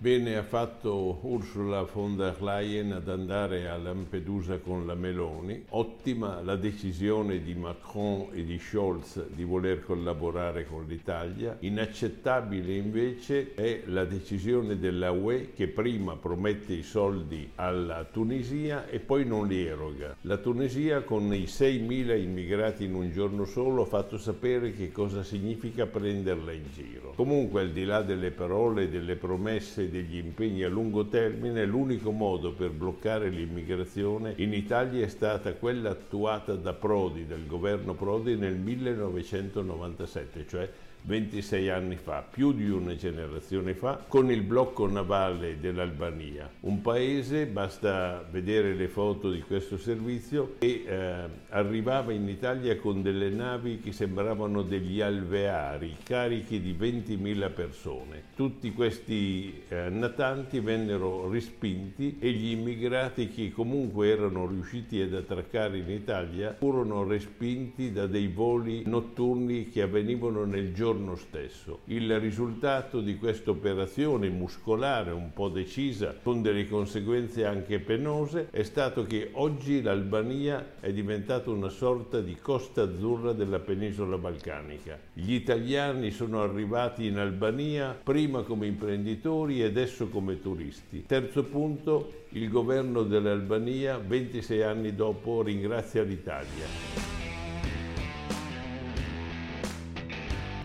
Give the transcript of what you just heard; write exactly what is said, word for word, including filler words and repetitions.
Bene ha fatto Ursula von der Leyen ad andare a Lampedusa con la Meloni. Ottima la decisione di Macron e di Scholz di voler collaborare con l'Italia. Inaccettabile invece è la decisione della U E che prima promette i soldi alla Tunisia e poi non li eroga. La Tunisia con i seimila immigrati in un giorno solo ha fatto sapere che cosa significa prenderla in giro. Comunque, al di là delle parole, delle promesse e degli impegni a lungo termine, l'unico modo per bloccare l'immigrazione in Italia è stata quella attuata da Prodi, del governo Prodi nel millenovecentonovantasette, cioè ventisei anni fa, più di una generazione fa, con il blocco navale dell'Albania. Un paese, basta vedere le foto di questo servizio, che eh, arrivava in Italia con delle navi che sembravano degli alveari, carichi di ventimila persone. Tutti questi eh, natanti vennero respinti e gli immigrati che comunque erano riusciti ad attraccare in Italia furono respinti da dei voli notturni che avvenivano nel giorno stesso. Il risultato di questa operazione muscolare un po' decisa, con delle conseguenze anche penose, è stato che oggi l'Albania è diventata una sorta di costa azzurra della penisola balcanica. Gli italiani sono arrivati in Albania prima come imprenditori e adesso come turisti. Terzo punto, il governo dell'Albania ventisei anni dopo ringrazia l'Italia.